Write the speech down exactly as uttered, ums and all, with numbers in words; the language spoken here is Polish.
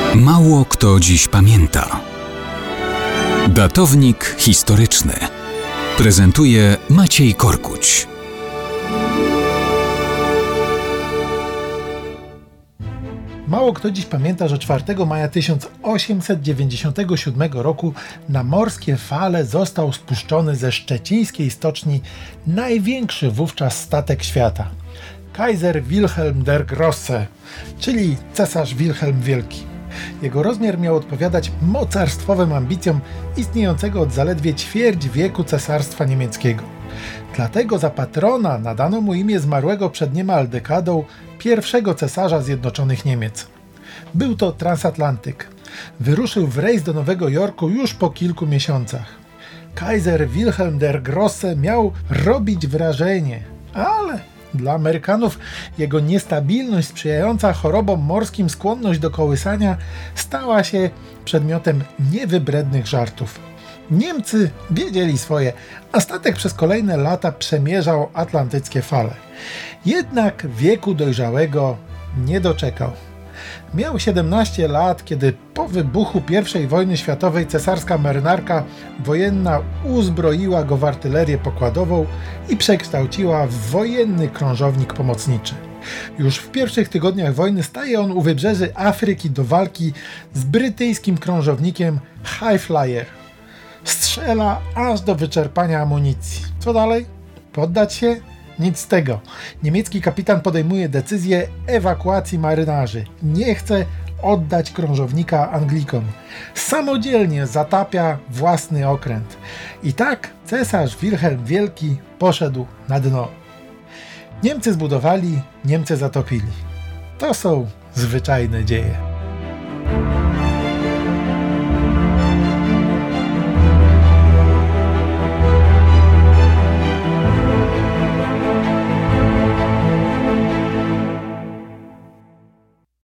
Mało kto dziś pamięta. Datownik historyczny prezentuje Maciej Korkuć. Mało kto dziś pamięta, że czwartego maja tysiąc osiemset dziewięćdziesiątego siódmego roku na morskie fale został spuszczony ze szczecińskiej stoczni największy wówczas statek świata. Kaiser Wilhelm der Grosse, czyli cesarz Wilhelm Wielki. Jego rozmiar miał odpowiadać mocarstwowym ambicjom istniejącego od zaledwie ćwierć wieku cesarstwa niemieckiego. Dlatego za patrona nadano mu imię zmarłego przed niemal dekadą pierwszego cesarza Zjednoczonych Niemiec. Był to transatlantyk. Wyruszył w rejs do Nowego Jorku już po kilku miesiącach. Kaiser Wilhelm der Grosse miał robić wrażenie, ale dla Amerykanów jego niestabilność sprzyjająca chorobom morskim skłonność do kołysania stała się przedmiotem niewybrednych żartów. Niemcy wiedzieli swoje, a statek przez kolejne lata przemierzał atlantyckie fale. Jednak wieku dojrzałego nie doczekał. Miał siedemnaście lat, kiedy po wybuchu pierwszej wojny światowej cesarska marynarka wojenna uzbroiła go w artylerię pokładową i przekształciła w wojenny krążownik pomocniczy. Już w pierwszych tygodniach wojny staje on u wybrzeży Afryki do walki z brytyjskim krążownikiem High Flyer. Strzela aż do wyczerpania amunicji. Co dalej? Poddać się? Nic z tego. Niemiecki kapitan podejmuje decyzję ewakuacji marynarzy. Nie chce oddać krążownika Anglikom. Samodzielnie zatapia własny okręt. I tak cesarz Wilhelm Wielki poszedł na dno. Niemcy zbudowali, Niemcy zatopili. To są zwyczajne dzieje.